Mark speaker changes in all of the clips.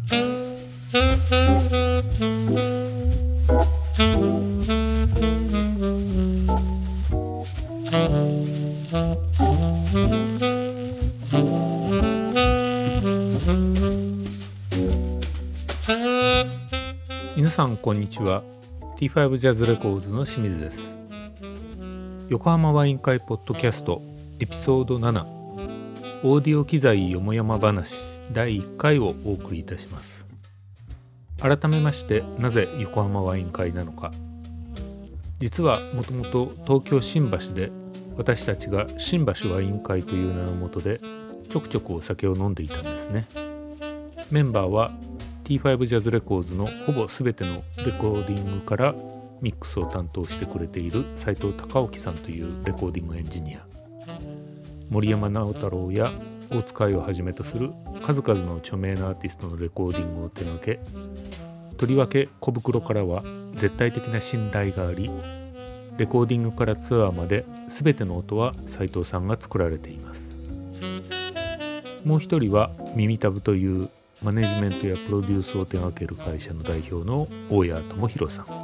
Speaker 1: 皆さんこんにちは。 T5 ジャズレコーズの清水です。横浜ワイン会ポッドキャストエピソード7、オーディオ機材よもやま話第1回をお送りいたします。改めまして、なぜ横浜ワイン会なのか。実はもともと東京新橋で私たちが新橋ワイン会という名のもとでちょくちょくお酒を飲んでいたんですね。メンバーはT5 ジャズレコーズのほぼ全てのレコーディングからミックスを担当してくれている斉藤孝興さんというレコーディングエンジニア、森山直太朗や大塚愛をはじめとする数々の著名なアーティストのレコーディングを手掛け、とりわけ小袋からは絶対的な信頼があり、レコーディングからツアーまで全ての音は斉藤さんが作られています。もう一人は耳たぶというマネジメントやプロデュースを手掛ける会社の代表の大谷智弘さん。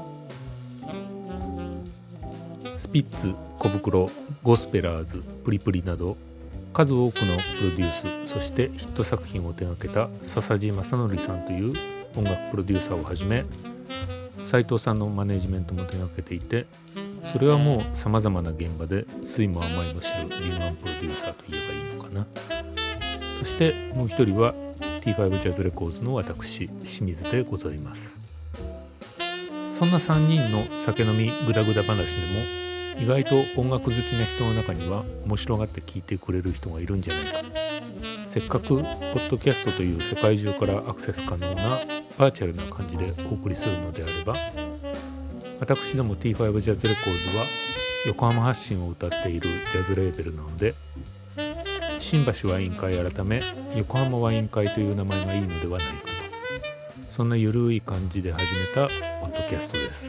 Speaker 1: スピッツ、小袋、ゴスペラーズ、プリプリなど数多くのプロデュース、そしてヒット作品を手掛けた笹地正則さんという音楽プロデューサーをはじめ、斉藤さんのマネジメントも手掛けていて、それはもうさまざまな現場で酸いも甘いも知る敏腕プロデューサーといえばいいのかな。そしてもう一人はT5 ジャズレコーズの私、清水でございます。そんな3人の酒飲みグダグダ話でも、意外と音楽好きな人の中には面白がって聞いてくれる人がいるんじゃないか。せっかくポッドキャストという世界中からアクセス可能なバーチャルな感じでお送りするのであれば、私ども T5 ジャズレコーズは横浜発信を歌っているジャズレーベルなので、新橋ワイン会改め横浜ワイン会という名前がいいのではないかと、そんなゆるい感じで始めたポッドキャストです。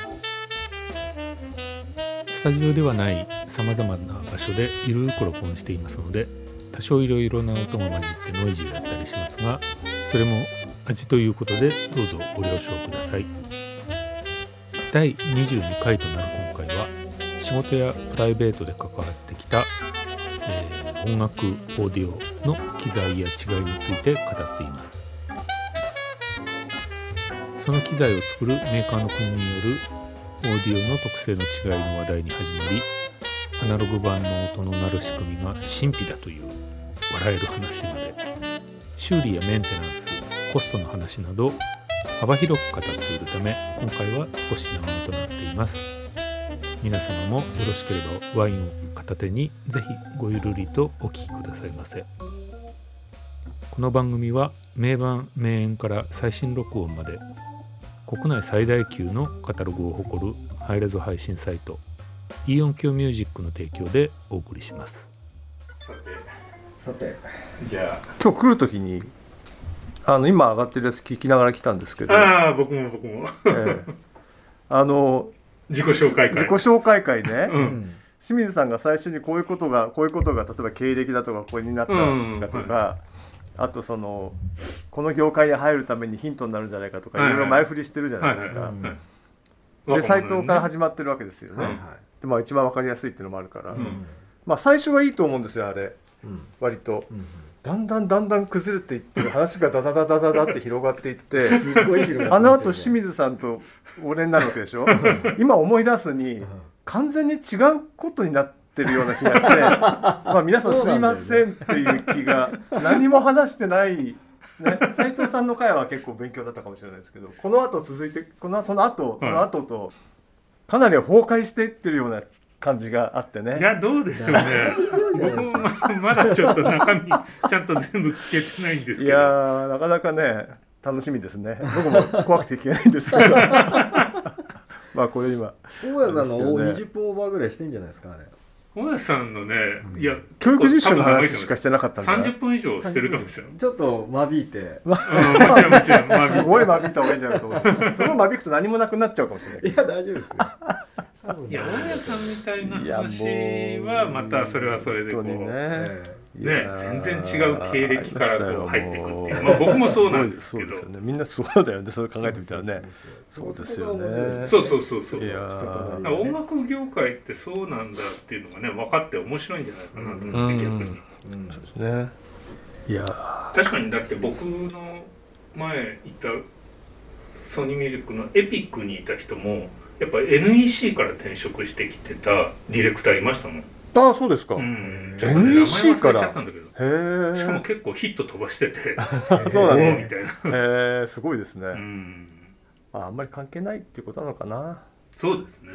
Speaker 1: スタジオではないさまざまな場所でゆるく録音していますので、多少いろいろな音が混じってノイジーだったりしますが、それも味ということでどうぞご了承ください。第22回となる今回は、仕事やプライベートで関わってきた音楽オーディオの機材や違いについて語っています。その機材を作るメーカーの国によるオーディオの特性の違いの話題に始まり、アナログ版の音の鳴る仕組みが神秘だという笑える話まで、修理やメンテナンス、コストの話など幅広く語っているため、今回は少し長めとなっています。皆様もよろしければワインを片手にぜひごゆるりとお聞きくださいませ。この番組は名盤名演から最新録音まで国内最大級のカタログを誇るハイレゾ配信サイトイオンキョミュージックの提供でお送りします。
Speaker 2: さて
Speaker 3: じゃあ
Speaker 2: 今日来るときに今上がってるやつ聞きながら来たんですけど、
Speaker 3: 僕も自己
Speaker 2: 紹介会ね、清水さんが最初にこういうことが例えば経歴だとかここになったかとか、あとこの業界に入るためにヒントになるんじゃないかとか、いろいろ前振りしてるじゃないですか。で斉藤から始まってるわけですよね。で一番わかりやすいっていうのもあるから、最初はいいと思うんですよあれ、割と。だんだん崩れていって話がダダダダダダって広がっていって
Speaker 4: すごい広がってますよね。
Speaker 2: あの後清水さんと俺になるわけでしょ今思い出すに完全に違うことになってるような気がして皆さんすいませんっていう気が、何も話してないね、斉藤さんの会は結構勉強だったかもしれないですけど、この後続いてその後とかなり崩壊していってるような感じがあってね。
Speaker 3: いやどうでしょうね僕もまだちょっと中身ちゃんと全部聞けてないんですけど、
Speaker 2: いやなかなかね楽しみですね。僕も怖くて聞けないんですけどこれ今
Speaker 4: 大家さんの20分オーバーぐらいしてんじゃないですかあれ。
Speaker 3: 大家さんのね、いや
Speaker 2: 教育実習の話しかしてなかったんじゃない
Speaker 3: 30分以上してると思うんですよ。
Speaker 4: ちょっと間引いて
Speaker 2: すごい間引いた方がいいんじゃないかと思う。その間引くと何もなくなっちゃうかもしれないけど。
Speaker 4: いや大丈夫ですよ
Speaker 3: いや大家さんみたいな話はまたそれはそれでこう、 ね、全然違う経歴からこう入っていくっていう、まあ、僕もそうなんですけど、
Speaker 2: そうですよね、みんなそうだよね、それ考えてみたらね。そうですよね。
Speaker 3: そう
Speaker 2: いや
Speaker 3: 音楽業界ってそうなんだっていうのがね分かって面白いんじゃないかなと思って逆に、
Speaker 2: そうですね。いや
Speaker 3: 確かにだって僕の前いたソニーミュージックのエピックにいた人もやっぱ NEC から転職してきてたディレクターいましたもん。
Speaker 2: ああ、そうですか。NEC から。
Speaker 3: しかも結構ヒット飛ばしてて
Speaker 2: そうなんだ
Speaker 3: みたいな。
Speaker 2: へえ、すごいですね。あんまり関係ないっていうことなのかな。
Speaker 3: そうですね。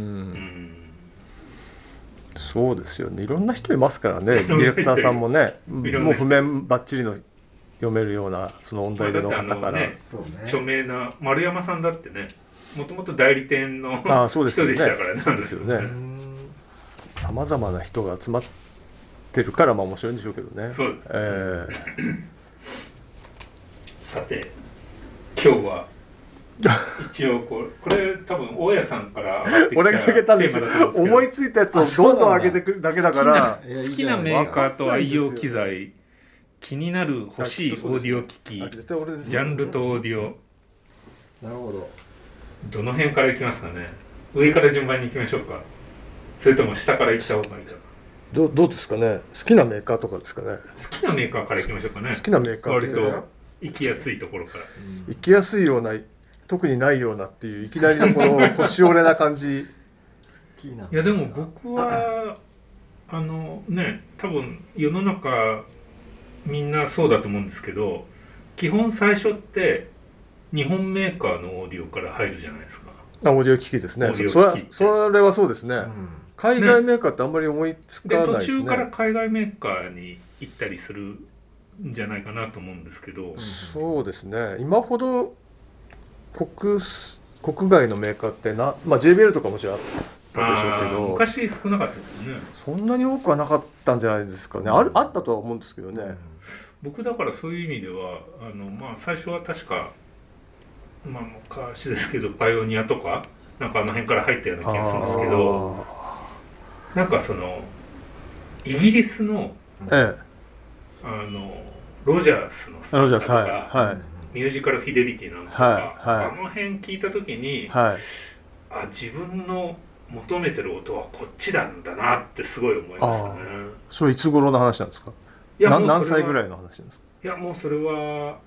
Speaker 2: そうですよね。いろんな人いますからね。ディレクターさんもね、もう譜面ばっちりの読めるようなその音大での方から。
Speaker 3: 著名な丸山さんだってね、もともと代理店の人でしたからね。
Speaker 2: そうですよね。さまざまな人が集まってるからまあ面白いんでしょうけどね。
Speaker 3: そうです、さて今日は一応これ多分大家さんから上がってきた
Speaker 2: 俺が上げたんですよ。思いついたやつをどんどん上げていくだけだから。
Speaker 3: 好きなメーカーと愛用機材、気になる欲しいオーディオ機器、ジャンルとオーディオ。
Speaker 4: なるほど。
Speaker 3: どの辺からいきますかね。上から順番にいきましょうか、それとも下からいった方がいいか。
Speaker 2: どうですかね。好きなメーカーとかですかね。
Speaker 3: 好きなメーカーからいきましょうかね。
Speaker 2: 好きなメーカー
Speaker 3: 割と行きやすいところから、
Speaker 2: 行きやすいような、特にないようなっていういきなりのこの腰折れな感じ。
Speaker 3: いやでも僕はね、多分世の中みんなそうだと思うんですけど、基本最初って日本メーカーのオーディオから入るじゃないですか。
Speaker 2: オーディオ機器ですね。それはそうですね。海外メーカーってあんまり思いつかないですね。
Speaker 3: 途中から海外メーカーに行ったりするんじゃないかなと思うんですけど、
Speaker 2: そうですね。今ほど国外のメーカーってまあ JBL とかもちろんあったでしょうけど、
Speaker 3: 昔少なかったですよね。
Speaker 2: そんなに多くはなかったんじゃないですかね。あったとは思うんですけどね。
Speaker 3: 僕だからそういう意味ではまあ最初は確かまあ昔ですけどパイオニアとかなんかあの辺から入ったような気がするんですけど、なんかそのイギリスのロジャースのスピーカーとか、ミュージカルフィデリティなんとか、あの辺聞いた時に、自分の求めてる音はこっちなんだなってすごい思いましたね。
Speaker 2: それいつ頃の話なんですか。何歳ぐらいの話なんですか。
Speaker 3: いやもうそれは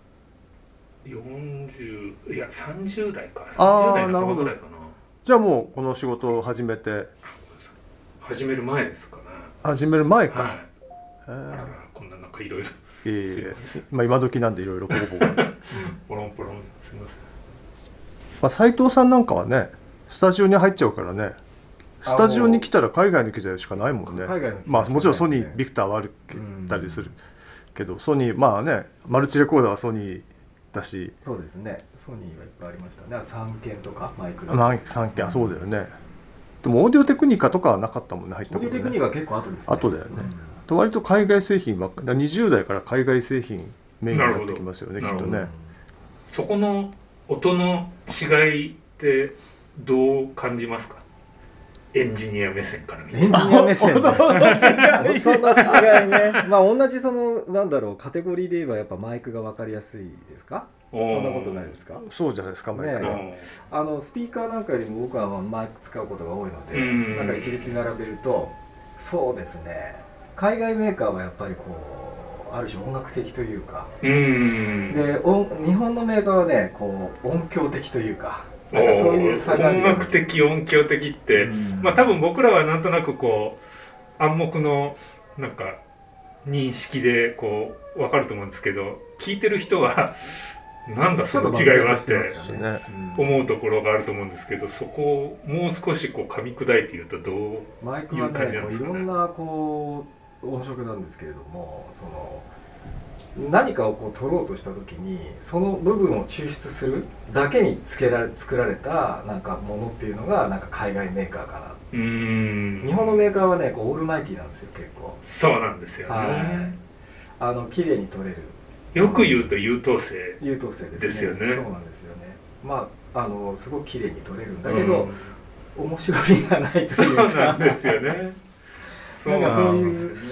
Speaker 3: 30代か30代半ばぐらいかな。
Speaker 2: じゃあもうこの仕事を始める
Speaker 3: 前ですかね。
Speaker 2: 始める前か。
Speaker 3: こんななんかいろいろ。
Speaker 2: まあ今時なんでいろいろポロポロ
Speaker 3: ポロすみません。
Speaker 2: まあ斉藤さんなんかはね、スタジオに入っちゃうからね。スタジオに来たら海外の機材しかないもんね。まあもちろんソニービクターはあるたりするけど、ソニーまあね、マルチレコーダーはソニーだし。
Speaker 4: そうですね。ソニーはいっぱいありましたね。3件とかマイク
Speaker 2: 3件、そうだよね。でもオーディオテクニカとかはなかったもんね、入ったことね。
Speaker 4: オーディオテクニカは結構後ですね。
Speaker 2: 後だよね。割と海外製品ばっかり、20代から海外製品メインになってきますよね、きっとね。
Speaker 3: そこの音の違いってどう感じますか。エンジニア目線から見て。
Speaker 4: エンジニア目線で音の違いね。まあ同じそのなんだろうカテゴリーで言えばやっぱマイクが分かりやすいですか。そんなことないですか。
Speaker 2: そうじゃないですか。マイクは、
Speaker 4: スピーカーなんかよりも僕はマイク使うことが多いので、なんか一律に並べるとそうですね。海外メーカーはやっぱりこうある種音楽的というか、で日本のメーカーはねこう音響的というか。なんかそういう差が
Speaker 3: 音楽的音響的って、まあ多分僕らはなんとなくこう暗黙のなんか認識でこう分かると思うんですけど、聞いてる人はなんだその違いはって思うところがあると思うんですけど、そこをもう少しこう噛み砕いて言うとどういう感じなんですかね。
Speaker 4: いろんなこう音色なんですけれども、その何かをこう取ろうとした時にその部分を抽出するだけに作られたなんかものっていうのがなんか海外メーカーかな。日本のメーカーはねこうオールマイティなんですよ結構。
Speaker 3: そうなんですよね。
Speaker 4: 綺麗に取れる。
Speaker 3: よく言うと優等生
Speaker 4: ですよね。そうなんですよね。まあすごく綺麗に取れるんだけど、面白みがないというか。
Speaker 3: そうなんですよね。
Speaker 4: なんかそういう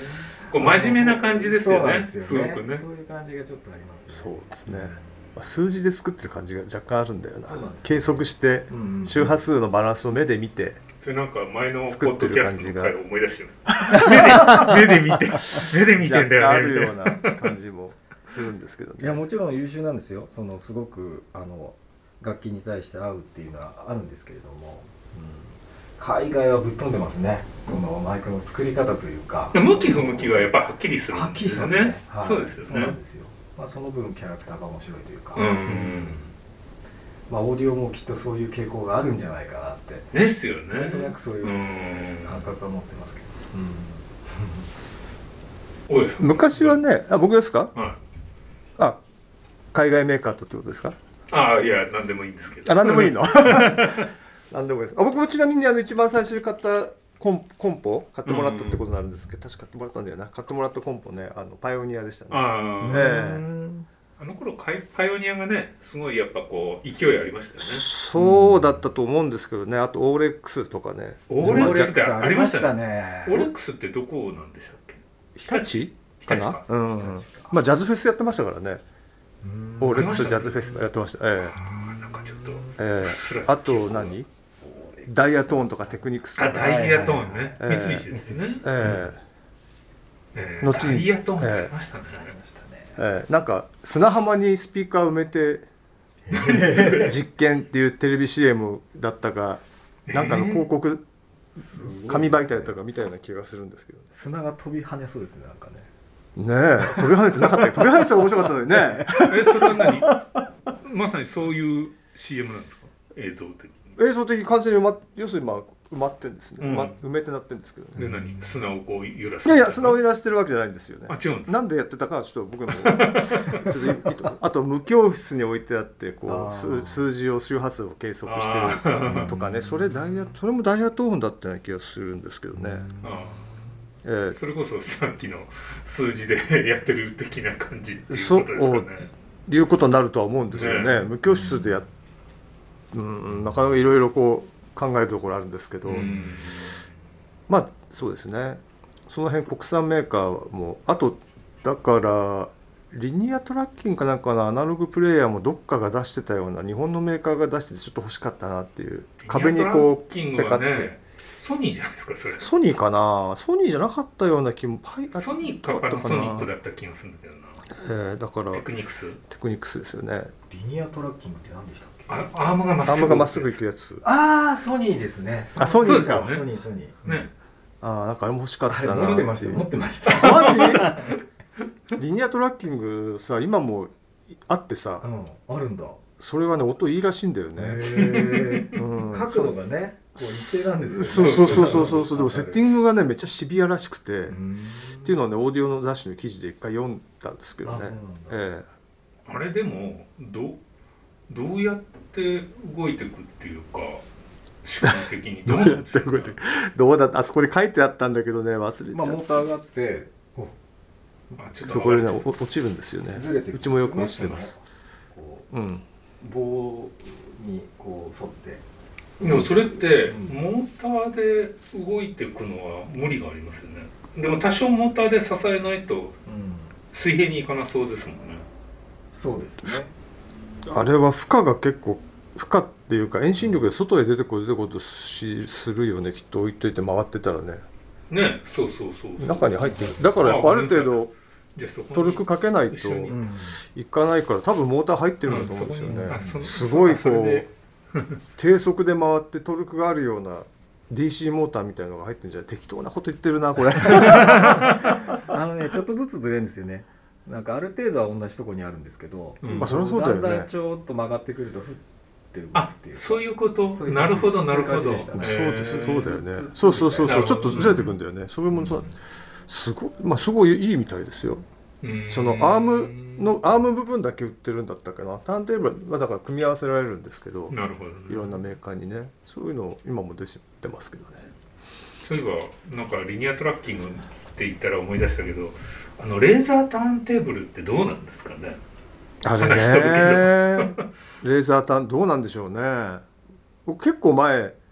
Speaker 3: こう真面目な感じですよね。
Speaker 4: す
Speaker 3: ごくね。
Speaker 4: そういう感じがちょっとありますね。
Speaker 2: そうですね、数字で作ってる感じが若干あるんだよな。
Speaker 4: そうなんですね。
Speaker 2: 計測して周波数のバランスを目で見て、
Speaker 3: それなんか前のポ
Speaker 2: 作って
Speaker 3: ッドキャ
Speaker 2: る感じが
Speaker 3: ストの回を思い出してます目で見てんだよね。
Speaker 2: 若干あるような感じもするんですけどね。
Speaker 4: いやもちろん優秀なんですよ。すごく楽器に対して合うっていうのはあるんですけれども、海外はぶっ飛んでますね。そのマイクの作り方というか、
Speaker 3: 向き不向きはやっぱはっきりする
Speaker 4: はっきり
Speaker 3: んですよね。
Speaker 4: してますね。はい、
Speaker 3: そうですよね。
Speaker 4: そうなんですよ。その分キャラクターが面白いというか、オーディオもきっとそういう傾向があるんじゃないかなって
Speaker 3: ですよね。
Speaker 4: なんとなくそういう感覚は持ってますけ
Speaker 3: ど。
Speaker 2: 昔はね、僕ですか？
Speaker 3: はい。
Speaker 2: 海外メーカーとってことですか？
Speaker 3: いや何でもいいんですけど。
Speaker 2: 何でもいいの？何でもいいです。僕もちなみに一番最初に買ったコンポ買ってもらったってことになるんですけど、確か買ってもらったんだよな。買ってもらったコンポね、パイオニアでしたね。
Speaker 3: あの頃パイオニアがねすごいやっぱこう勢いありましたよね。
Speaker 2: そうだったと思うんですけどね。あとオーレックスとかね。
Speaker 3: オーレックスってありました
Speaker 4: ね。
Speaker 3: オーレックスってどこなんでしたっけ？
Speaker 2: 日立かな？ジャズフェスやってましたからね。オーレックスジャズフェスやってました。
Speaker 3: なんかちょっ
Speaker 2: とあとダイヤトーンとかテクニクスとか。
Speaker 3: ダイヤトーンね。三菱ですね。
Speaker 2: 後に
Speaker 3: ダイヤトーンありましたね。
Speaker 2: なんか砂浜にスピーカー埋めて実験っていうテレビ CM だったかなんかの広告紙媒体だったか見たような気がするんですけど、
Speaker 4: 砂が飛び跳ねそうですね。なんかね。
Speaker 2: 飛び跳ねてなかったけど飛び跳ねてたら面白かったのにね。
Speaker 3: それは何？まさにそういう CM なんですか？映像的
Speaker 2: 完全に要するに埋まってるんですね。埋めてなってるんですけどね。
Speaker 3: で何？砂をこう揺らす？
Speaker 2: いや砂を揺らしてるわけじゃないんですよね。
Speaker 3: 違うんです。
Speaker 2: なんでやってたかはちょっと僕もあと無教室に置いてあってこう数字を周波数を計測してるとかね。それもダイヤトーンだったような気がするんですけどね。
Speaker 3: それこそさっきの数字でやってる的な感じっていうことですかね。そう
Speaker 2: いうことになるとは思うんですよね。無教室でなかなかいろいろこう考えるところあるんですけど、そうですね。その辺国産メーカーもあとだからリニアトラッキングかなんかのアナログプレイヤーもどっかが出してたような日本のメーカーが出しててちょっと欲しかったなっていう。壁にこうペカって。
Speaker 3: ソニーじゃないですかそれ。
Speaker 2: ソニーかな。ソニーじゃなかったような気も。
Speaker 3: ソニーかパナソニックだった気がするんだけどな。
Speaker 2: だから
Speaker 3: テクニクス
Speaker 2: ですよね。
Speaker 4: リニアトラッキングって何でしたっけ？
Speaker 3: アームがまっすぐ
Speaker 2: 行くやつ。
Speaker 4: ソニーですね。
Speaker 2: ソニーか。
Speaker 4: ソニー
Speaker 3: ね。
Speaker 2: なんかあれも欲しかったな。
Speaker 4: 持ってました。
Speaker 2: マジ？リニアトラッキングさ今もあってさ。
Speaker 4: あるんだ。
Speaker 2: それはね音いいらしいんだよね。
Speaker 4: 角度がね。一定なんですよね。
Speaker 2: そうでもセッティングがねめっちゃシビアらしくてっていうのはねオーディオの雑誌の記事で一回読んだんですけどね。
Speaker 3: あれでもどうやって動いていくっていうか仕組み的に
Speaker 2: どうやって動いていくどうだったあそこに書いてあったんだけどね忘れちゃった。
Speaker 4: モーターがあって
Speaker 2: そこでね落ちるんですよね。うちもよく落ちてます。
Speaker 4: 棒にこう沿って。
Speaker 3: でもそれってモーターで動いていくのは無理がありますよね。でも多少モーターで支えないと水平にいかなそうですもんね。
Speaker 4: そうですね。
Speaker 2: あれは負荷が結構負荷っていうか遠心力で外へ出てこうとするよね。きっと置いといて回ってたらね。
Speaker 3: そう
Speaker 2: 中に入ってる。だからやっぱある程度トルクかけないといかないから多分モーター入ってるんだと思うんですよね。すごいこう低速で回ってトルクがあるような DC モーターみたいなのが入ってるんじゃない。適当なこと言ってるなこれ。
Speaker 4: ちょっとずつずれるんですよね。なんかある程度は同じところにあるんですけど、
Speaker 2: そりゃそうだよね。
Speaker 4: だんだんちょっと曲がってくるとふって動くっていう。
Speaker 3: そういうこと。なるほど。
Speaker 2: そうだよね。そうちょっとずれてくんだよね。それもさすごいいいみたいですよ。そのアーム部分だけ売ってるんだったかな。ターンテーブルはだから組み合わせられるんですけど、いろんなメーカーにねそういうの今も出てますけどね。
Speaker 3: そういえばなんかリニアトラッキングって言ったら思い出したけどレーザーターンテーブルってどうなんですかね。
Speaker 2: あれねレーザーターンどうなんでしょうね。僕結構前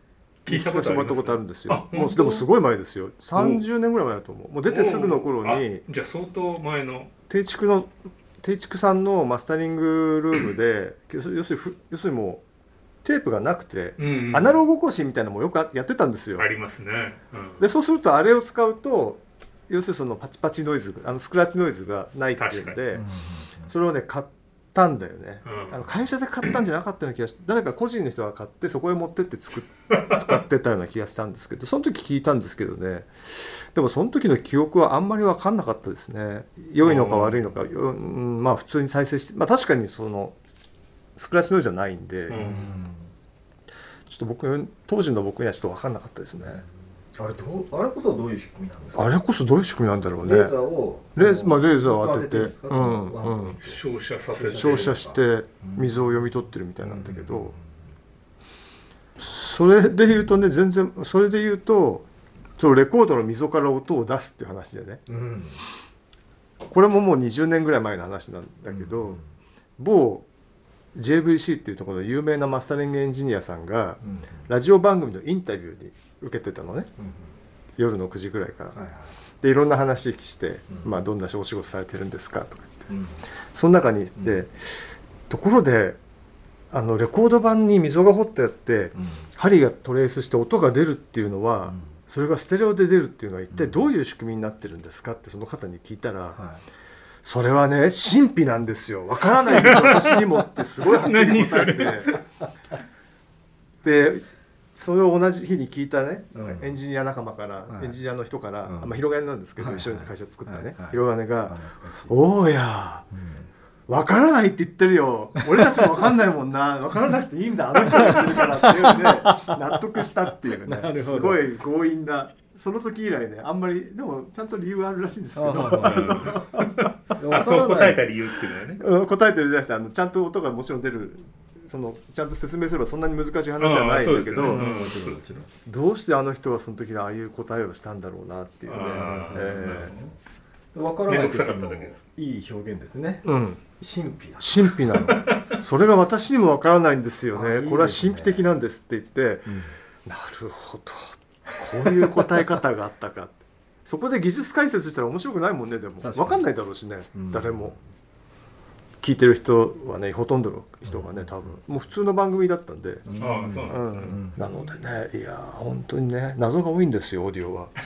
Speaker 3: 聞いたことあります。
Speaker 2: 聞かせてもらったことあるんですよ。もうでもすごい前ですよ。30年ぐらい前だと思う。もう出てすぐの頃に
Speaker 3: じゃあ相当前の
Speaker 2: 定畜さんのマスタリングルームで要するにもうテープがなくて、アナログ更新みたいなのもよくやってたんですよ。
Speaker 3: ありますね。
Speaker 2: でそうするとあれを使うと要するにそのパチパチノイズスクラッチノイズがないっていうので、それをね買ったんだよね。会社で買ったんじゃなかったような気がして、誰か個人の人が買ってそこへ持ってって使ってたような気がしたんですけど、その時聞いたんですけどね。でもその時の記憶はあんまり分かんなかったですね。良いのか悪いのか、まあ普通に再生して、まあ確かにそのスクラッチノイズじゃないんで、ちょっと当時の僕にはちょっと分かんなかったですね。
Speaker 4: あれこそどういう仕組みなんですか。
Speaker 2: あれこそどういう仕組みなんだろうね。
Speaker 4: レーザーを
Speaker 2: 当てて、照射して水を読み取ってるみたいなんだけど、それで言うとね、全然それで言うとそのレコードの溝から音を出すっていう話でね、これももう20年ぐらい前の話なんだけど、某 JVC っていうところの有名なマスタリングエンジニアさんがラジオ番組のインタビューに受けてたのね、夜の9時ぐらいから、でいろんな話して、まあ、どんなお仕事されてるんですかとか言って、その中にで、ところでレコード盤に溝が掘ってあって、針がトレースして音が出るっていうのは、それがステレオで出るっていうのは一体どういう仕組みになってるんですかってその方に聞いたら、それはね神秘なんですよ、わからないんですよ私にもってすごいはっきり答えてでそれを同じ日に聞いたね、エンジニア仲間から、エンジニアの人から、まあ、広金なんですけど、一緒に会社作ったね、広金が「おーやわからないって言ってるよ、俺たちもわかんないもんな、わからなくていいんだ、あの人が言ってるから」っていうので納得したっていうねすごい強引な。その時以来ね、あんまりでもちゃんと理由があるらしいんですけどそう
Speaker 3: 答えた理由っていうのはね、
Speaker 2: 答えてるじゃなくてちゃんと音がもちろん出る、ちゃんと説明すればそんなに難しい話じゃないんだけど、どうしてあの人はその時にああいう答えをしたんだろうなっていうね。
Speaker 4: 分からないけどいい表現ですね。神
Speaker 2: 秘なのそれが私にも分からないんですよね、これは神秘的なんですって言って、なるほどこういう答え方があったかそこで技術解説したら面白くないもんね。でも分かんないだろうしね、誰も聞いてる人はね、ほとんどの人がね多分もう普通の番組だったんで、なのでね、いや本当にね謎が多いんですよオーディオは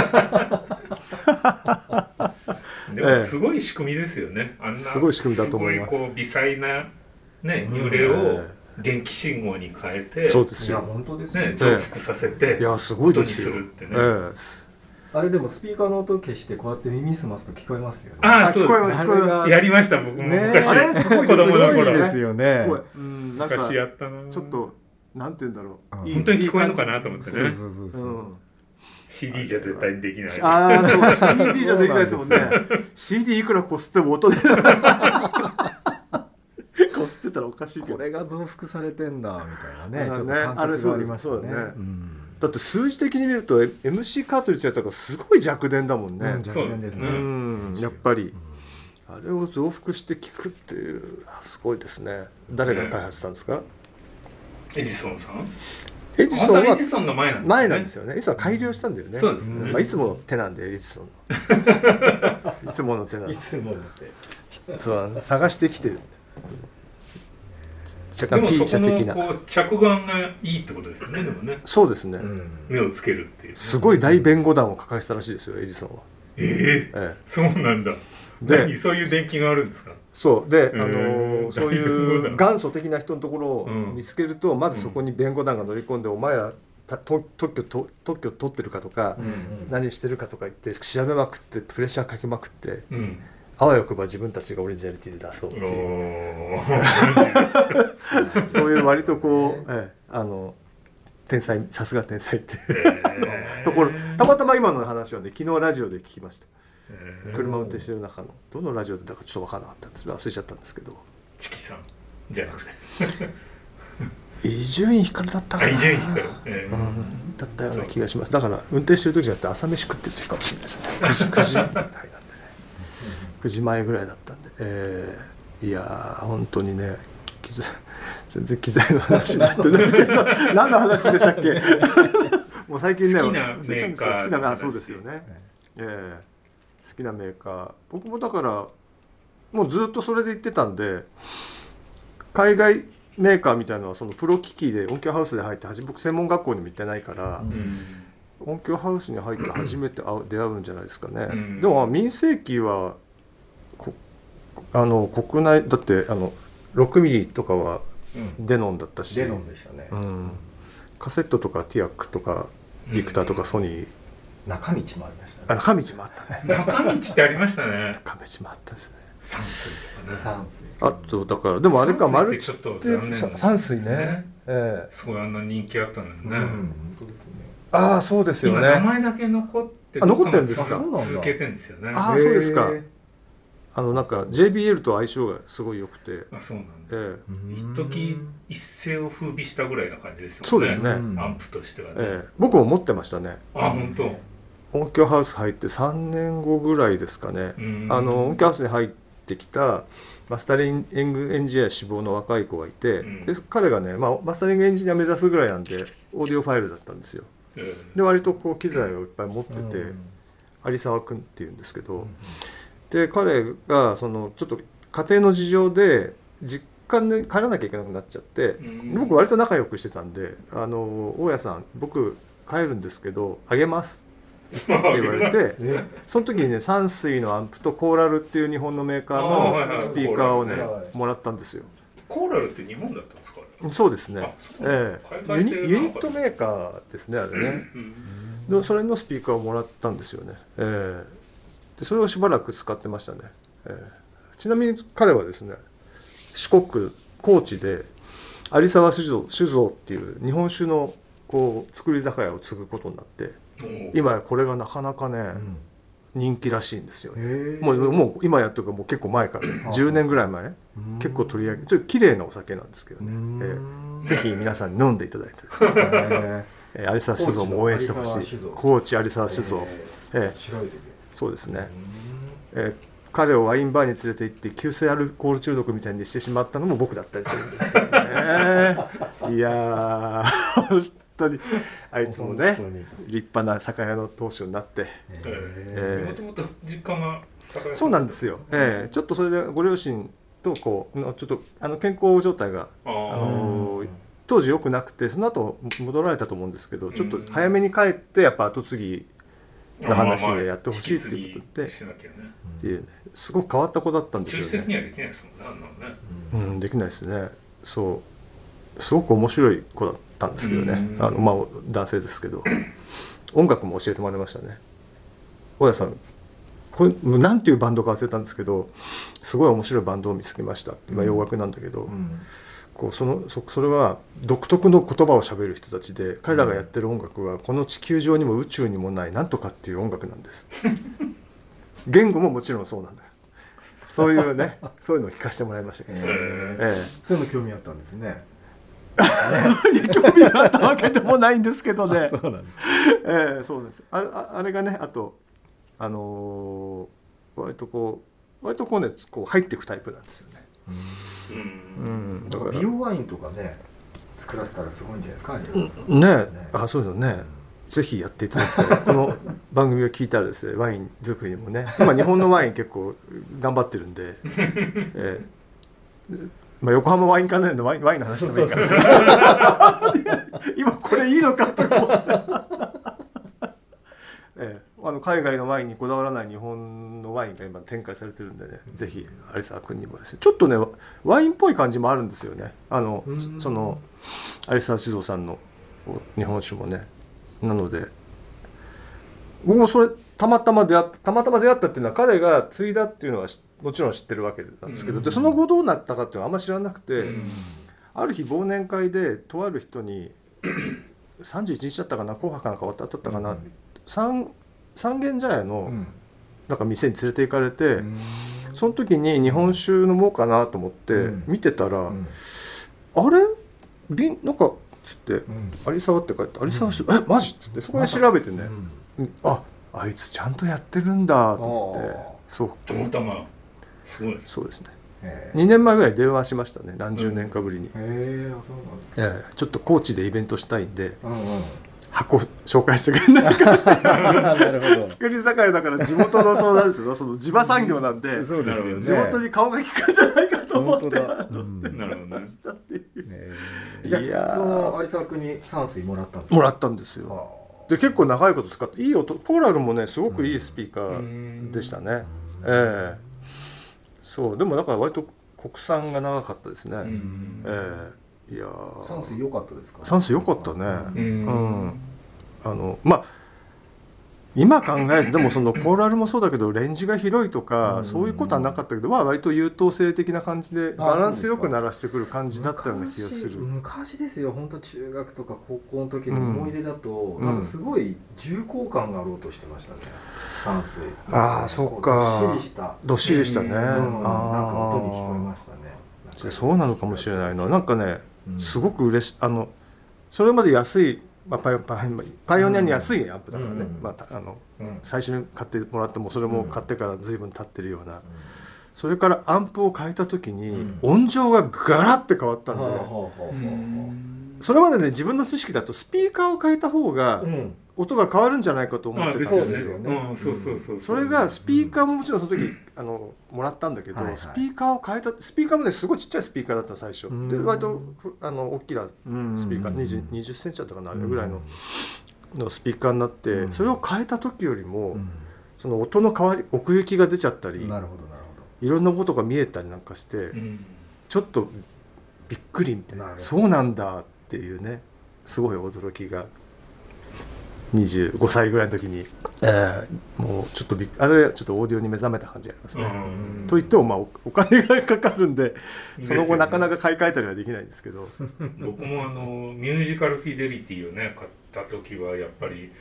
Speaker 3: でもすごい仕組みですよね。あんな
Speaker 2: すごい仕組みだと思います。
Speaker 3: すごいこう微細な、ね、揺れを電気信号に変えて、
Speaker 2: そうですよ、
Speaker 4: 本当ですね、
Speaker 3: 増幅させて音にするってね。
Speaker 4: あれでもスピーカーの音を消してこうやって耳すますと聞こえますよね。
Speaker 2: 聞こえます、聞こえます。
Speaker 3: やりました僕も昔。
Speaker 2: あれすごい
Speaker 3: 子供の頃
Speaker 4: ですよね。
Speaker 2: すごい、なんか
Speaker 3: 昔やったな。
Speaker 2: ちょっとなんて言うんだろう、
Speaker 3: 本当に聞こえるのかなと思ってね。CD じゃ絶対にできない。
Speaker 2: そう CD じゃできないですもんね。CD いくらこすっても音出ないこすってたらおかしいけど、
Speaker 4: これが増幅されてんだみたいなね、ちょっと感覚がありましたね。
Speaker 2: だって数字的に見ると MC カートリッジやったからすごい弱電だもんね。
Speaker 4: 弱電ですね。
Speaker 2: やっぱりあれを増幅して聞くっていうすごいですね。誰が開発したんですか？
Speaker 3: エジソンさん。
Speaker 2: エジソンは
Speaker 3: エジソンの前なんですね。
Speaker 2: 前なんですよね。エジソンは改良したんだよね。
Speaker 3: そうですね。
Speaker 2: まあいつもの手なんでエジソンのいつもの手なんで。
Speaker 4: いつもの手。
Speaker 2: そう探してきてる。
Speaker 3: でもそこのこう着眼がいいってことですよね。でもね。
Speaker 2: そうですね。
Speaker 3: 目をつけるっていう。
Speaker 2: すごい大弁護団を抱えてたらしいですよエジソンは。
Speaker 3: そうなんだ。でそういう電気があるんですか？
Speaker 2: そうで、そういう元祖的な人のところを見つけると、まずそこに弁護団が乗り込んで、お前ら特許取ってるかとか、何してるかとか言って調べまくってプレッシャーかけまくって、あわよくば自分たちがオリジナリティで出そうっていうそういう割とこう、天才、さすが天才ってところ、たまたま今の話はね昨日ラジオで聞きました。車運転してる中のどのラジオでだかちょっと分からなかったんです忘れちゃったんですけど、
Speaker 3: チキさんじゃなくて
Speaker 2: 伊集院光だったかな、
Speaker 3: 伊集院光、
Speaker 2: だったような気がします。だから運転してる時じゃなくて朝飯食ってる時かもしれないですね。9時台なんでね9時前ぐらいだったんで、いや本当にね全然機材の話になってないけど何の話でしたっけもう最近ね
Speaker 3: 好きなメーカー
Speaker 2: 好きなそうですよね、好きなメーカー僕もだからもうずっとそれで言ってたんで海外メーカーみたいなのはそのプロ機器で音響ハウスで入って僕専門学校にも行ってないから、音響ハウスに入って初めて出会うんじゃないですかね、でも民生機は国内だって6ミリとかはデノンだったし、
Speaker 4: デノンでしたね、
Speaker 2: カセットとかティアックとかビクターとかソニー、
Speaker 4: 中道もありましたね。
Speaker 2: 中道もあったね
Speaker 3: 中道ってありましたね。
Speaker 2: 中道もあったですね。
Speaker 3: 山水とかね。
Speaker 4: 山水。
Speaker 2: あとだからでもあれかマルチって山水ね、
Speaker 3: すごいあんな人気あったのにね。
Speaker 4: 本当ですね。
Speaker 2: ああそうですよね。
Speaker 3: 今名前だけ残って
Speaker 2: 残ってるんですか。
Speaker 3: 続けてるんですよね。
Speaker 2: ああそうですか。なんか JBL と相性がすごい良くて、
Speaker 3: あそうなんだ。一時一世を風靡したぐらいな感じですよね。
Speaker 2: そうですね。
Speaker 3: アンプとしてはね。
Speaker 2: 僕も持ってましたね。
Speaker 3: あ本当。
Speaker 2: 音響ハウス入って3年後ぐらいですかね。音響ハウスに入ってきたマスタリングエンジニア志望の若い子がいて、で彼がね、マスタリングエンジニア目指すぐらいなんでオーディオファイルだったんですよ。で割とこう機材をいっぱい持ってて、有沢君っていうんですけど、で彼がそのちょっと家庭の事情で実家に帰らなきゃいけなくなっちゃって、僕割と仲良くしてたんで大家さん僕帰るんですけどあげますって言われてその時にね山水のアンプとコーラルっていう日本のメーカーのスピーカーをねもらったんですよ。
Speaker 3: コーラルって日本だったんですか？
Speaker 2: そうですね。ユニットメーカーですねあれね。でそれのスピーカーをもらったんですよね。でそれをしばらく使ってましたね。ちなみに彼はですね四国高知で有沢酒造っていう日本酒のこう作り酒屋を継ぐことになって、今やこれがなかなかね、人気らしいんですよね。もう今やってるかもう結構前から、ね、10年ぐらい前結構取り上げちょっと綺麗なお酒なんですけどね、ぜひ皆さんに飲んでいただいてですね有沢酒造も応援してほしい。高知有沢酒造、そうですね、彼をワインバーに連れて行って急性アルコール中毒みたいにしてしまったのも僕だったりするんですよねいや本当にあいつもね立派な酒屋の当主になって、
Speaker 3: もともと実家が酒屋
Speaker 2: そうなんですよ、ちょっとそれでご両親とこうちょっと健康状態が当時良くなくてその後戻られたと思うんですけど、ちょっと早めに帰ってやっぱ後継ぎの話でやってほしいっていうことで、っていうね、すごく変わった子だったんですよね。
Speaker 3: 中性にはできないですもんね、あんなのね。
Speaker 2: できないですね。そうすごく面白い子だったんですけどね、男性ですけど音楽も教えてもらいましたね。大家さんこれなんていうバンドか忘れたんですけどすごい面白いバンドを見つけました。今洋楽なんだけど、こうそれは独特の言葉を喋る人たちで、彼らがやってる音楽はこの地球上にも宇宙にもないなんとかっていう音楽なんです言語ももちろんそうなんだよ。そういうねそういうのを聞かせてもらいましたけど、
Speaker 4: そういうの興味あったんですね
Speaker 2: いや興味があったわけでもないんですけどね
Speaker 4: そうなんです、
Speaker 2: そうなんです。あれがね、あと割とこうねこう入っていくタイプなんですよね。
Speaker 4: だから美容ワインとかね作らせたらすごいんじゃないですか
Speaker 2: ね。あそういうのねぜひやっていただきたいこの番組を聞いたらですねワイン作りもね今日本のワイン結構頑張ってるんで、横浜ワイン関連のワインの話でもいいから今これいいのかと思って海外のワインにこだわらない日本のワインが今展開されてるんでね、ぜひ有沢君にもですねちょっとねワインっぽい感じもあるんですよね。その有沢酒造さんの日本酒もね。なので僕もそれたまたま出会ったっていうのは彼が継いだっていうのはもちろん知ってるわけなんですけど、でその後どうなったかっていうのはあんまり知らなくて、ある日忘年会でとある人に31日だったかな紅白かなんか当たったかな、三軒茶屋のなんか店に連れて行かれて、その時に日本酒飲もうかなと思って見てたら、あれ瓶なんかつって有沢って書いて有沢酒マジっつってそこで調べてね、あいつちゃんとやってるんだと思って、そう
Speaker 3: たまたますごい
Speaker 2: そうですね。 2年前ぐらい電話しましたね、何十年かぶりに。
Speaker 4: そうなんです、
Speaker 2: ちょっと高知でイベントしたいんで、箱紹介してくれないか
Speaker 4: なるほど。
Speaker 2: 作り酒屋だから地元のそうなんですよ、その地場産業なんで、
Speaker 4: そうですよね。
Speaker 2: 地元に顔が利くんじゃないかと思って
Speaker 3: なるほどね。
Speaker 2: いや
Speaker 4: その有沢君に山水もらったんですか？
Speaker 2: もらったんですよ。で結構長いこと使っていい音、ポーラルもねすごくいいスピーカーでしたね。そうでもだから割と国産が長かったですね。いや
Speaker 4: 山水良かったですか？
Speaker 2: 山水良かったね。まあ今考えるとでもそのポーラルもそうだけどレンジが広いとかそういうことはなかったけど、割と優等生的な感じでバランスよく鳴らしてくる感じだったような気がする。
Speaker 4: 昔ですよ、本当中学とか高校の時の思い出だと、なんかすごい重厚感があろうとしてましたね、山水。
Speaker 2: そっか、どっしりしたね。なんか
Speaker 4: 音に聞こえましたね。
Speaker 2: そうなのかもしれないな。なんかねすごく嬉しい。それまで安い、パイオニアに安いアンプだからね、最初に買ってもらってもそれも買ってから随分経ってるような、それからアンプを変えた時に音情がガラッて変わったんで、それまでね自分の知識だとスピーカーを変えた方が音が変わるんじゃないかと思ってたんですよ。それがスピーカーももちろんその時もらったんだけど、スピーカーを変えた、スピーカーもねすごいちっちゃいスピーカーだった最初で、割と大きなスピーカー20センチだったかな、あれぐらいのスピーカーになって、それを変えた時よりもその音の変わり、奥行きが出ちゃったり、いろんなことが見えたりなんかして、ちょっとびっくりみたいな、そうなんだっていうね、すごい驚きが25歳ぐらいの時に、もうちょっとあれちょっとオーディオに目覚めた感じがありますね。といってもお金がかかるんで、その後なかなか買い替えたりはできないんですけど、
Speaker 3: 僕もミュージカルフィデリティをね買った時はやっぱり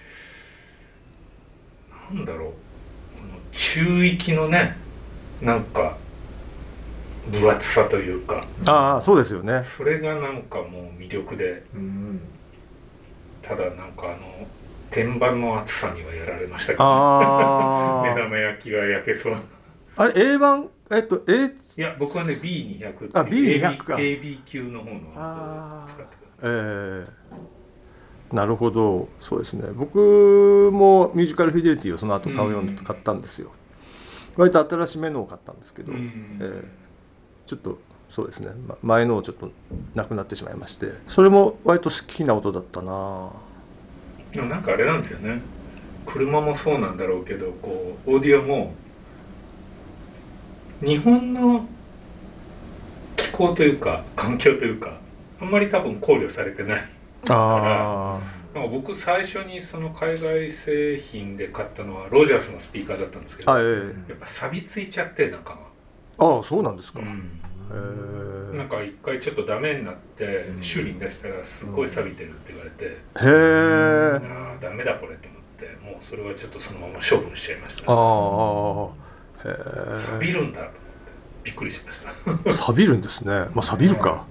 Speaker 3: なんだろう、中域のねなんか分厚さというか、
Speaker 2: そうですよね。
Speaker 3: それがなんかもう魅力で、ただなんか天板の厚さにはやられましたけど、目玉焼きが焼けそうな。
Speaker 2: あれ A1
Speaker 3: いや僕はね B200 っていう
Speaker 2: B200 か
Speaker 3: AB 級の方の使ってください。
Speaker 2: なるほど、そうですね。僕もミュージカルフィデリティをその後買ったんですよ。割と新しめのを買ったんですけど、ちょっとそうですね、前のをちょっとなくなってしまいまして、それも割と好きな音だったな。
Speaker 3: でもなんかあれなんですよね、車もそうなんだろうけど、こうオーディオも日本の気候というか環境というかあんまり多分考慮されてないから僕最初にその海外製品で買ったのはロジャースのスピーカーだったんですけど、やっぱ錆びついちゃって中が。
Speaker 2: そうなんですか。
Speaker 3: なんか一回ちょっとダメになって修理に出したらすごい錆びてるって言われて、ダメだこれと思って、もうそれはちょっとそのまま処分しちゃいました。錆びるんだと思ってびっくりしました
Speaker 2: 錆びるんですね。錆びるか。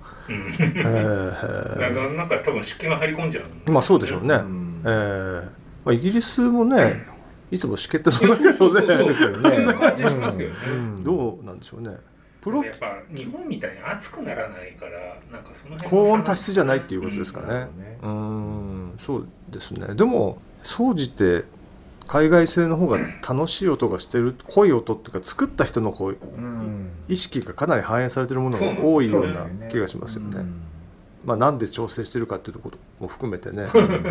Speaker 3: なんか多分湿気が入り込んじゃう。
Speaker 2: そうでしょうね。イギリスもねいつも湿気ってそうだけどね。
Speaker 3: そうですよね。感じしますけどね。
Speaker 2: どうなんでしょうね。
Speaker 3: やっぱ日本みたいに暑くならないから、なんかその辺
Speaker 2: 高温多湿じゃないっていうことですかね。そうですね。でも総じて海外製の方が楽しい音がしてる、濃い音っていうか作った人のこう意識がかなり反映されてるものが多いような気がしますよね。なんで調整してるかっていうことも含めてね。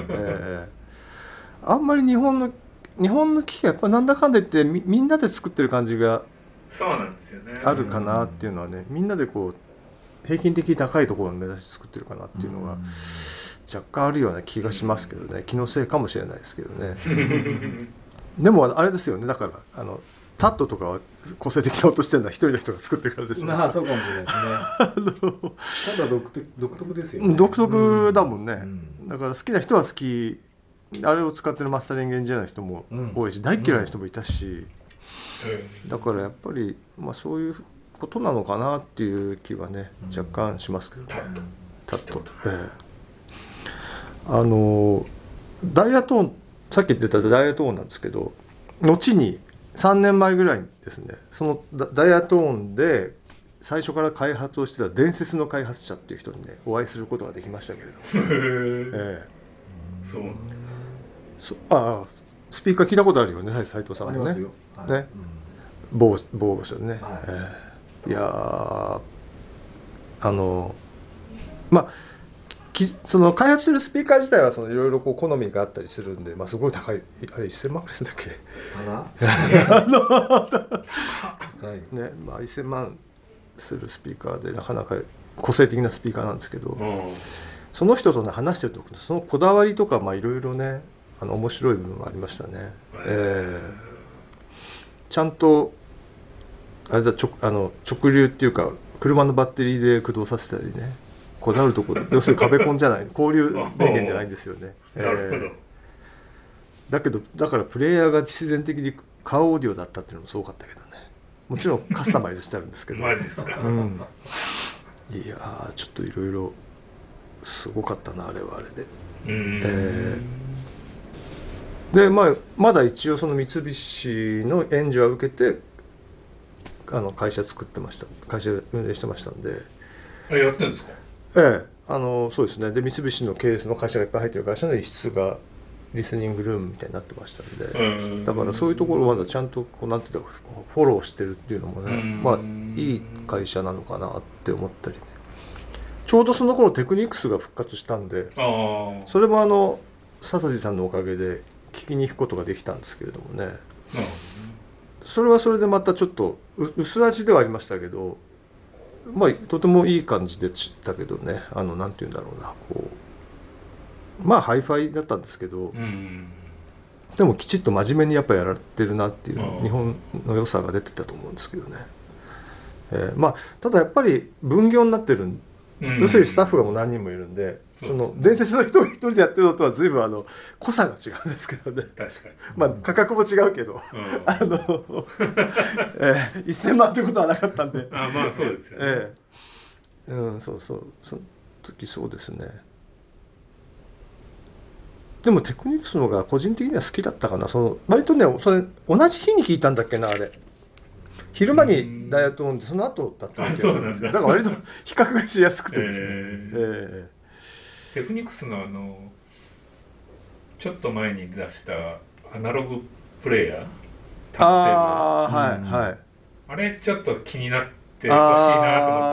Speaker 2: あんまり日本の機器がやっぱなんだかんだ言ってみんなで作ってる感じが
Speaker 3: そうなんですよね。
Speaker 2: あるかなっていうのはね、みんなでこう平均的に高いところを目指して作ってるかなっていうのが若干あるような気がしますけどね。気のせいかもしれないですけどね。でもあれですよね、だからタットとかは個性的な音してるのは一人の人が作ってるからでしょ。
Speaker 4: そうかもしれないですね。ただ独特ですよね。
Speaker 2: 独特だもんね。だから好きな人は好き、あれを使ってるマスタリングエンジニアの人も多いし、大嫌いな人もいたし、だからやっぱりそういうことなのかなっていう気はね若干しますけどね。タット、ダイヤトーン、さっき言ってたダイヤトーンなんですけど、後に3年前ぐらいにですね、そのダイヤトーンで最初から開発をしてた伝説の開発者っていう人にねお会いすることができましたけれどそうスピーカー聞いたことあるよね斉藤さんもね。ね、某所でね、いやまあその開発してるスピーカー自体はそのいろいろこう好みがあったりするんで、まあ、すごい高いあれ1000万ぐらいするんだっけね、まあ、1000万するスピーカーでなかなか個性的なスピーカーなんですけど、その人とね話してるとそのこだわりとかいろいろね面白い部分がありましたね。ちゃんとあれだ直流っていうか車のバッテリーで駆動させたりね、こだわるところ要するに壁コンじゃない交流電源じゃないんですよね。だからプレイヤーが必然的にカーオーディオだったっていうのもすごかったけどね、もちろんカスタマイズしてあるんですけど
Speaker 3: マジですか、
Speaker 2: いやちょっといろいろすごかったなあれはあれで。でまだ一応その三菱の援助は受けて会社作ってました、会社運営してましたんで。
Speaker 3: やってるんですか？
Speaker 2: そうですね。で三菱の系列の会社がいっぱい入ってる会社の一室がリスニングルームみたいになってましたんで、だからそういうところまだちゃんとこうなんていうかフォローしてるっていうのもね、いい会社なのかなって思ったりね。ちょうどその頃テクニクスが復活したんで、それも笹地さんのおかげで聞きに行くことができたんですけれどもね、それはそれでまたちょっと薄味ではありましたけど、とてもいい感じでしたけどね、なんていうんだろうな、こうハイファイだったんですけど、でもきちっと真面目にやっぱりやられてるなっていう日本の良さが出てたと思うんですけどね。ただやっぱり分業になってるんで、要するにスタッフがもう何人もいるんで、その伝説の人が一人でやってるのとは随分濃さが違うんですけどね。確かに価格も違うけど、1000万ってことはなかったんで。
Speaker 3: そうですよね。
Speaker 2: そうその時そうですね。でもテクニクスの方が個人的には好きだったかな。割とねそれ同じ日に聞いたんだっけなあれ。昼間にダイヤと飲んでその後だったんですよ。だから割と比較がしやすくてですね。
Speaker 3: テクニクスのちょっと前に出したアナログプレイヤー、
Speaker 2: あ
Speaker 3: れちょっと気になってほしいなと思ってるん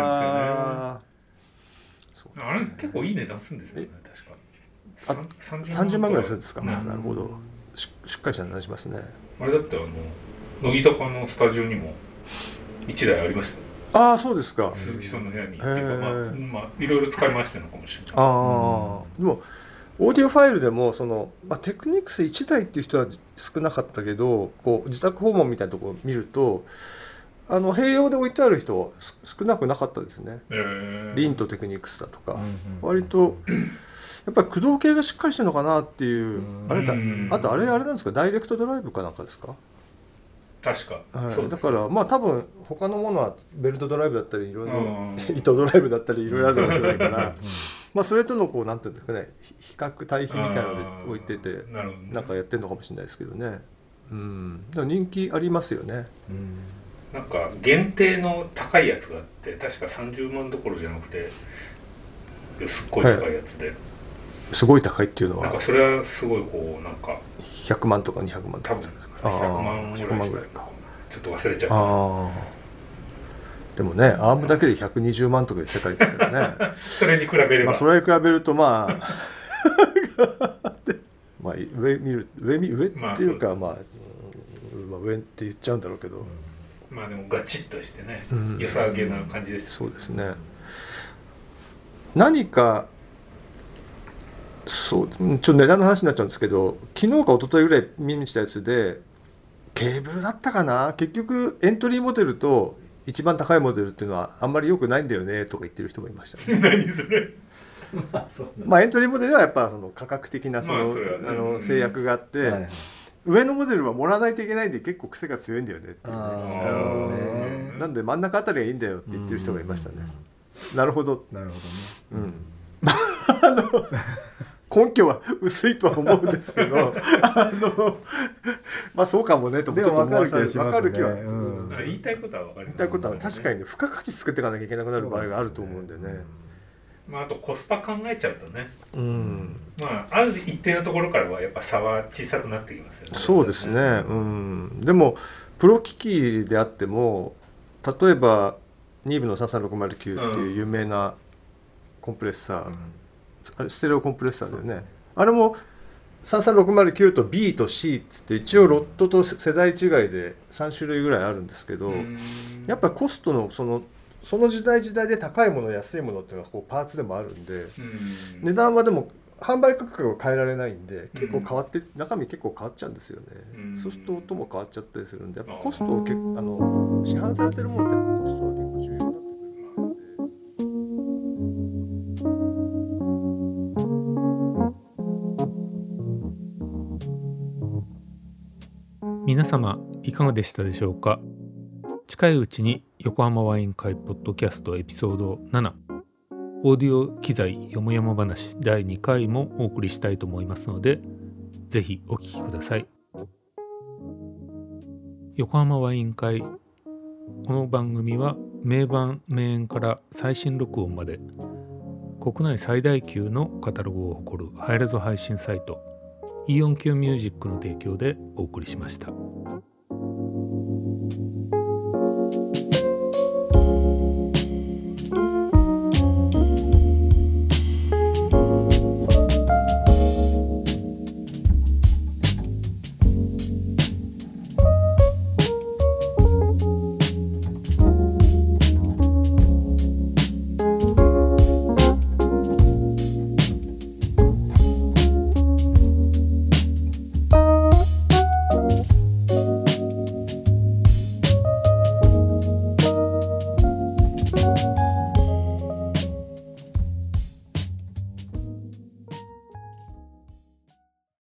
Speaker 3: ですよね。あれ結構いい値段するんですよね、確か。
Speaker 2: 30万ぐらいするんですか。なるほど。しっかりした値段しますね。
Speaker 3: あれだって乃木坂のスタジオにも1台ありました。
Speaker 2: そうですか。
Speaker 3: 鈴木さんの部屋にっていうかいろいろ使い回してるのかもしれない。
Speaker 2: でもオーディオファイルでもテクニクス1台っていう人は少なかったけど、こう自宅訪問みたいなところを見ると併用で置いてある人は少なくなかったですね。リンとテクニクスだとか、割とやっぱり駆動系がしっかりしてるのかなっていう。あとあれなんですか、ダイレクトドライブかなんかですか。
Speaker 3: 確か、
Speaker 2: だから多分他のものはベルトドライブだったりいろいろ糸ドライブだったりいろいろあるかもしれないからそれとのこうなんていうんですかね、比較対比みたいなので置いててなんかやってるのかもしれないですけどね。だから人気ありますよね。
Speaker 3: なんか限定の高いやつがあって、確か30万どころじゃなくてすっごい高いやつで、
Speaker 2: すごい高いっていうのは
Speaker 3: なんかそれはすごいこうなんか
Speaker 2: 100万とか200万とかですか。
Speaker 3: 100万ぐらいか。ちょっと忘れちゃった。
Speaker 2: でもね、アームだけで120万とかいう世界ですからね。
Speaker 3: それに比べれば、
Speaker 2: それに比べると上っていうか上って言っちゃうんだろうけど、
Speaker 3: でもガチッとしてね、良さげな感じです。
Speaker 2: そうですね。何かちょっと値段の話になっちゃうんですけど、昨日か一昨日ぐらい見にしたやつでケーブルだったかな、結局エントリーモデルと一番高いモデルっていうのはあんまり良くないんだよねとか言ってる人もいましたね。
Speaker 3: 何それ。
Speaker 2: エントリーモデルはやっぱ価格的な制約があって、上のモデルは盛らないといけないんで結構癖が強いんだよねっていうね。なんで真ん中あたりがいいんだよって言ってる人がいましたね。なるほど。 根拠は薄いとは思うんですけどまあそうかもねとちょっと思わされる。分かる気は、
Speaker 3: 言いたいことは分かる。
Speaker 2: 言いたいことは確かにね、付加価値つけていかなきゃいけなくなる場合があると思うんでね。
Speaker 3: あとコスパ考えちゃうとね、ある一定のところからはやっぱ差は小さくなってきますよね。
Speaker 2: そうですね、でもプロ機器であっても例えばニーブの33609っていう有名なコンプレッサー、ステレオコンプレッサーだよね。あれも33609と B と C っつって一応ロットと世代違いで3種類ぐらいあるんですけど、やっぱりコストのその時代時代で高いもの安いものっていうのはこうパーツでもあるんで、値段はでも販売価格が変えられないんで結構変わって、中身結構変わっちゃうんですよね。そうすると音も変わっちゃったりするんで、やっぱコストを市販されてるものってコストは結構重要になってくる
Speaker 1: ので。皆様いかがでしたでしょうか。近いうちに横浜ワイン会ポッドキャストエピソード7オーディオ機材よもやま話第2回もお送りしたいと思いますので、ぜひお聞きください。横浜ワイン会、この番組は名盤名演から最新録音まで国内最大級のカタログを誇るハイレゾ配信サイトイオンQミュージックの提供でお送りしました。